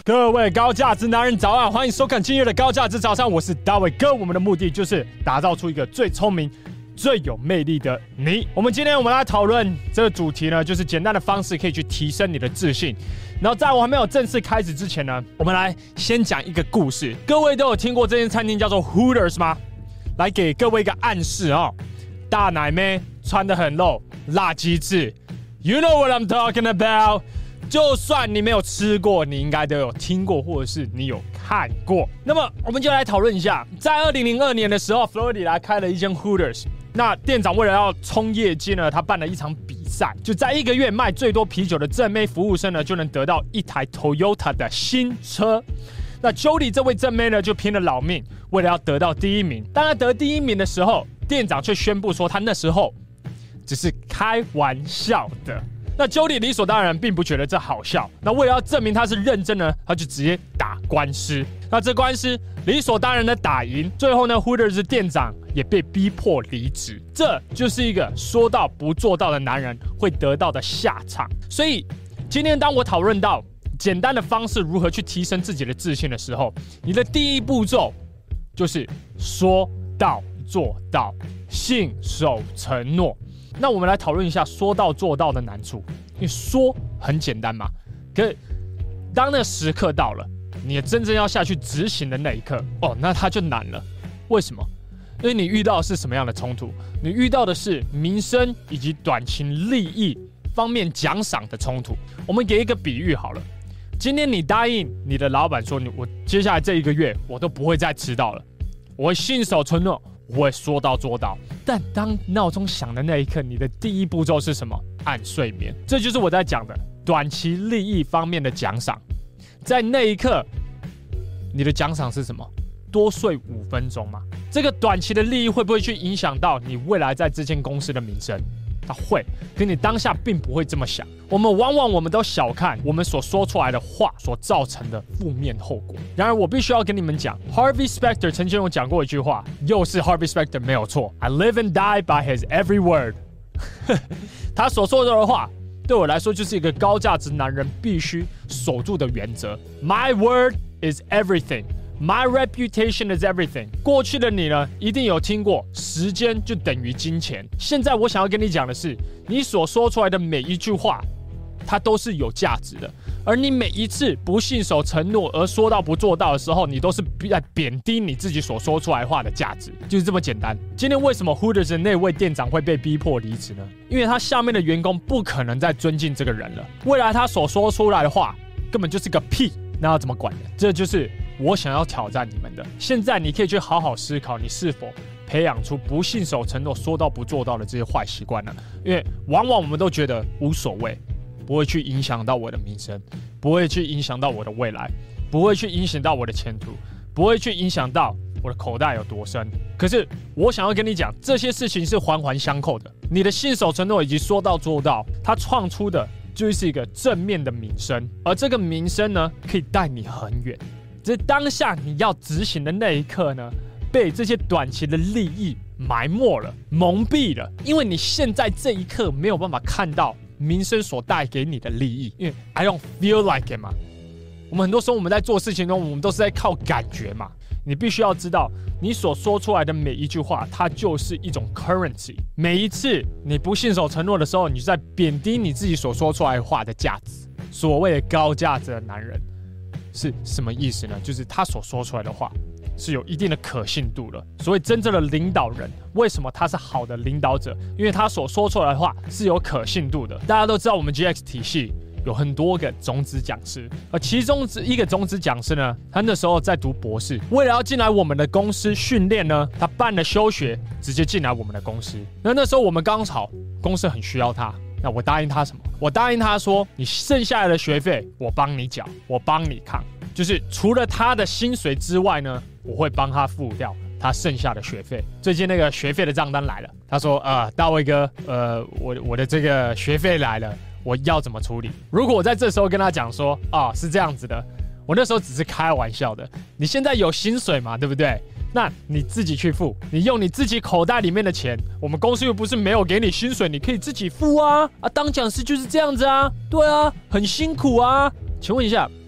各位高价值男人早安，欢迎收看今日的高价值早上，我是大卫哥。我们的目的就是打造出一个最聪明、最有魅力的你。今天来讨论这个主题呢，就是简单的方式可以去提升你的自信。然后在我还没有正式开始之前呢，我们来先讲一个故事。各位都有听过这间餐厅叫做 Hooters 吗？来给各位一个暗示哦，大奶妹穿得很露，辣鸡翅 ，You know what I'm talking about。就算你没有吃过，你应该都有听过，或者是你有看过。那么我们就来讨论一下，在2002年的时候，佛罗里达开了一间 Hooters。那店长为了要冲业绩呢，他办了一场比赛，就在1个月卖最多啤酒的正妹服务生呢，就能得到一台 Toyota 的新车。那 Jody 这位正妹呢，就拼了老命，为了要得到第一名。当他得第一名的时候，店长却宣布说，他那时候只是开玩笑的。那 Jody 理所当然并不觉得这好笑，那为了要证明他是认真呢，他就直接打官司。那这官司理所当然的打赢，最后呢 Hooters 店长也被逼迫离职。这就是一个说到不做到的男人会得到的下场。所以今天当我讨论到简单的方式如何去提升自己的自信的时候，你的第一步骤就是说到做到，信守承诺。那我们来讨论一下说到做到的难处，因为说很简单嘛，可是当那个时刻到了，你也真正要下去执行的那一刻，那它就难了。为什么？因为你遇到的是什么样的冲突？你遇到的是民生以及短期利益方面奖赏的冲突。我们给一个比喻好了，今天你答应你的老板说，我接下来这1个月我都不会再迟到了，我会信守承诺，我会说到做到。但当闹钟响的那一刻，你的第一步骤是什么？按睡眠。这就是我在讲的短期利益方面的奖赏。在那一刻，你的奖赏是什么？多睡5分钟吗？这个短期的利益会不会去影响到你未来在这间公司的名声？它会，可你当下并不会这么想。我们都小看我们所说出来的话所造成的负面后果。然而我必须要跟你们讲 Harvey Specter 曾经有讲过一句话，又是 Harvey Specter 没有错， I live and die by his every word 他所说的话对我来说就是一个高价值男人必须守住的原则。 My word is everything，My reputation is everything。 过去的你呢，一定有听过时间就等于金钱。现在我想要跟你讲的是，你所说出来的每一句话，它都是有价值的。而你每一次不信守承诺而说到不做到的时候，你都是在贬低你自己所说出来话的价值，就是这么简单。今天为什么 Hooters 的那位店长会被逼迫离职呢？因为他下面的员工不可能再尊敬这个人了，未来他所说出来的话根本就是个屁，那要怎么管呢？这就是我想要挑战你们的。现在你可以去好好思考，你是否培养出不信守承诺、说到不做到的这些坏习惯呢？因为往往我们都觉得无所谓，不会去影响到我的名声，不会去影响到我的未来，不会去影响到我的前途，不会去影响到我的口袋有多深。可是我想要跟你讲，这些事情是环环相扣的。你的信守承诺以及说到做到，它创出的就是一个正面的名声，而这个名声呢，可以带你很远。只是当下你要执行的那一刻呢，被这些短期的利益埋没了、蒙蔽了，因为你现在这一刻没有办法看到名声所带给你的利益，因为 I don't feel like it 嘛。我们很多时候我们在做事情中，我们都是在靠感觉嘛。你必须要知道，你所说出来的每一句话，它就是一种 currency。每一次你不信守承诺的时候，你就在贬低你自己所说出来的话的价值。所谓的高价值的男人是什么意思呢？就是他所说出来的话是有一定的可信度的。所谓真正的领导人，为什么他是好的领导者？因为他所说出来的话是有可信度的。大家都知道我们 GX 体系有很多个种子讲师，而其中一个种子讲师呢，他那时候在读博士，为了要进来我们的公司训练呢，他办了休学，直接进来我们的公司。那时候我们刚好公司很需要他，那我答应他什么？我答应他说，你剩下来的学费我帮你缴，我帮你扛，就是除了他的薪水之外呢，我会帮他付掉他剩下的学费。最近那个学费的账单来了，他说大卫哥，我的这个学费来了，我要怎么处理？如果我在这时候跟他讲说是这样子的，我那时候只是开玩笑的，你现在有薪水嘛，对不对？那你自己去付，你用你自己口袋里面的钱，我们公司又不是没有给你薪水，你可以自己付啊！当讲师就是这样子啊，对啊，很辛苦啊。请问一下，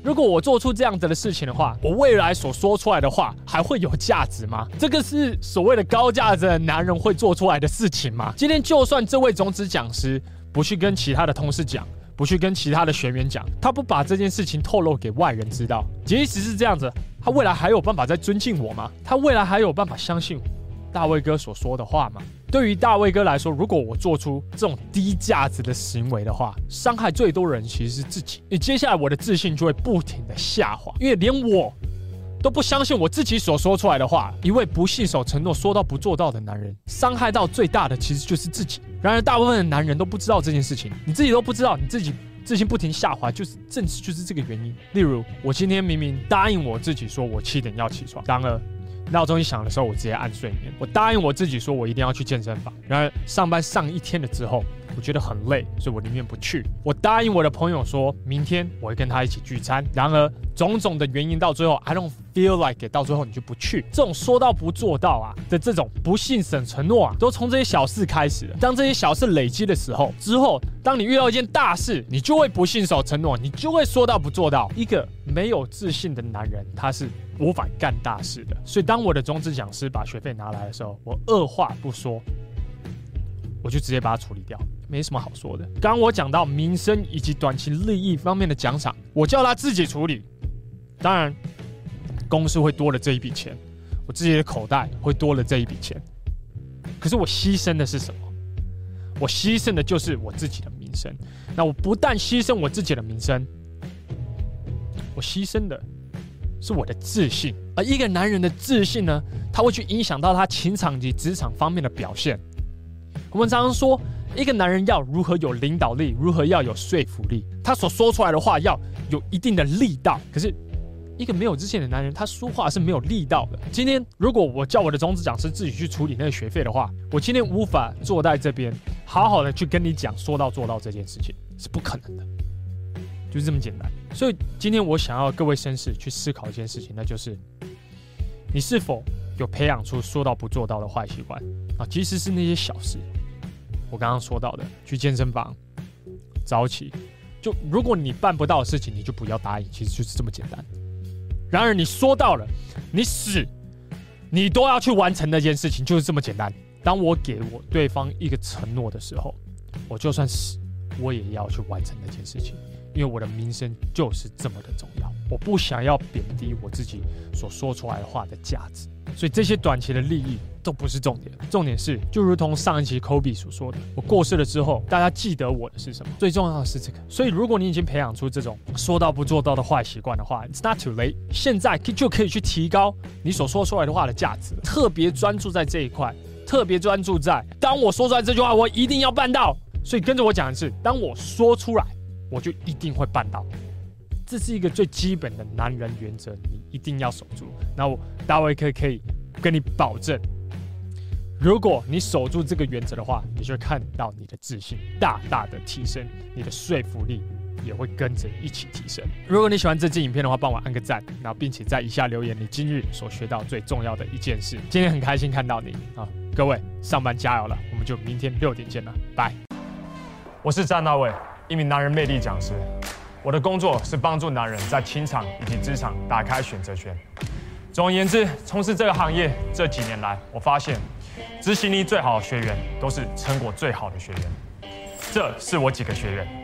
如果我做出这样子的事情的话，我未来所说出来的话还会有价值吗？这个是所谓的高价值的男人会做出来的事情吗？今天就算这位种子讲师不去跟其他的同事讲，不去跟其他的学员讲，他不把这件事情透露给外人知道，即使是这样子，他未来还有办法再尊敬我吗？他未来还有办法相信大卫哥所说的话吗？对于大卫哥来说，如果我做出这种低价值的行为的话，伤害最多人其实是自己。接下来我的自信就会不停的下滑，因为连我都不相信我自己所说出来的话。一位不信守承诺、说到不做到的男人，伤害到最大的其实就是自己。然而，大部分的男人都不知道这件事情，你自己都不知道，你自己自信不停下滑，正是这个原因。例如，我今天明明答应我自己说我7点要起床，然而闹钟一响的时候，我直接按睡眠。我答应我自己说，我一定要去健身房。然而上班上一天了之后，我觉得很累，所以我宁愿不去。我答应我的朋友说，明天我会跟他一起聚餐。然而种种的原因到最后 ，I don't feel like it， 到最后你就不去。这种说到不做到啊的这种不信守承诺啊，都从这些小事开始了。当这些小事累积的时候，当你遇到一件大事，你就会不信守承诺，你就会说到不做到。一个没有自信的男人，他是无法干大事的。所以当我的种子讲师把学费拿来的时候，我二话不说，我就直接把它处理掉，没什么好说的。刚刚我讲到民生以及短期利益方面的奖赏，我叫他自己处理。当然，公司会多了这一笔钱，我自己的口袋会多了这一笔钱。可是我牺牲的是什么？我牺牲的就是我自己的名声。那我不但牺牲我自己的名声，我牺牲的是我的自信。而一个男人的自信呢，他会去影响到他情场及职场方面的表现。我们常常说，一个男人要如何有领导力，如何要有说服力，他所说出来的话要有一定的力道。可是，一个没有自信的男人，他说话是没有力道的。今天，如果我叫我的种子讲师自己去处理那个学费的话，我今天无法坐在这边，好好的去跟你讲说到做到这件事情，是不可能的，就是这么简单。所以，今天我想要各位绅士去思考一件事情，那就是你是否有培养出说到不做到的坏习惯啊？即使是那些小事，我刚刚说到的，去健身房、早起，就如果你办不到的事情，你就不要答应，其实就是这么简单。然而你说到了，你都要去完成那件事情，就是这么简单。当我给对方一个承诺的时候，我就算死，我也要去完成那件事情，因为我的名声就是这么的重要。我不想要贬低我自己所说出来的话的价值，所以这些短期的利益都不是重点。重点是，就如同上一期 Kobe 所说的，我过世了之后，大家记得我的是什么？最重要的是这个。所以，如果你已经培养出这种说到不做到的坏习惯的话 ，It's not too late， 现在就可以去提高你所说出来的话的价值，特别专注在这一块，特别专注在当我说出来这句话，我一定要办到。所以跟着我讲的是，当我说出来，我就一定会办到。这是一个最基本的男人原则，你一定要守住。那我大卫可以跟你保证，如果你守住这个原则的话，你就会看到你的自信大大的提升，你的说服力也会跟着一起提升。如果你喜欢这支影片的话，帮我按个赞，然后并且在以下留言你今日所学到最重要的一件事。今天很开心看到你啊，各位上班加油了，我们就明天6点见了，拜。我是詹大卫，一名男人魅力讲师。我的工作是帮助男人在情场以及职场打开选择权。总而言之，从事这个行业这几年来，我发现执行力最好的学员都是成果最好的学员。这是我几个学员。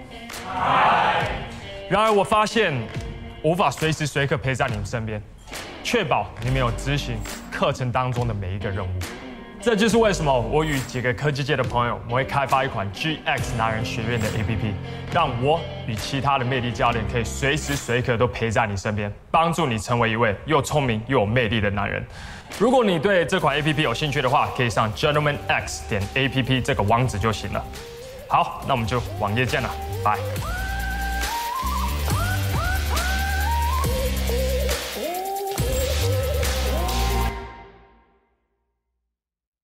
然而我发现无法随时随刻陪在你们身边，确保你们有执行课程当中的每一个任务。这就是为什么我与几个科技界的朋友，我们会开发一款 GX 男人学院的 APP， 让我与其他的魅力教练可以随时随刻都陪在你身边，帮助你成为一位又聪明又有魅力的男人。如果你对这款 APP 有兴趣的话，可以上 gentlemanx.app 这个网址就行了。好，那我们就网页见了，拜。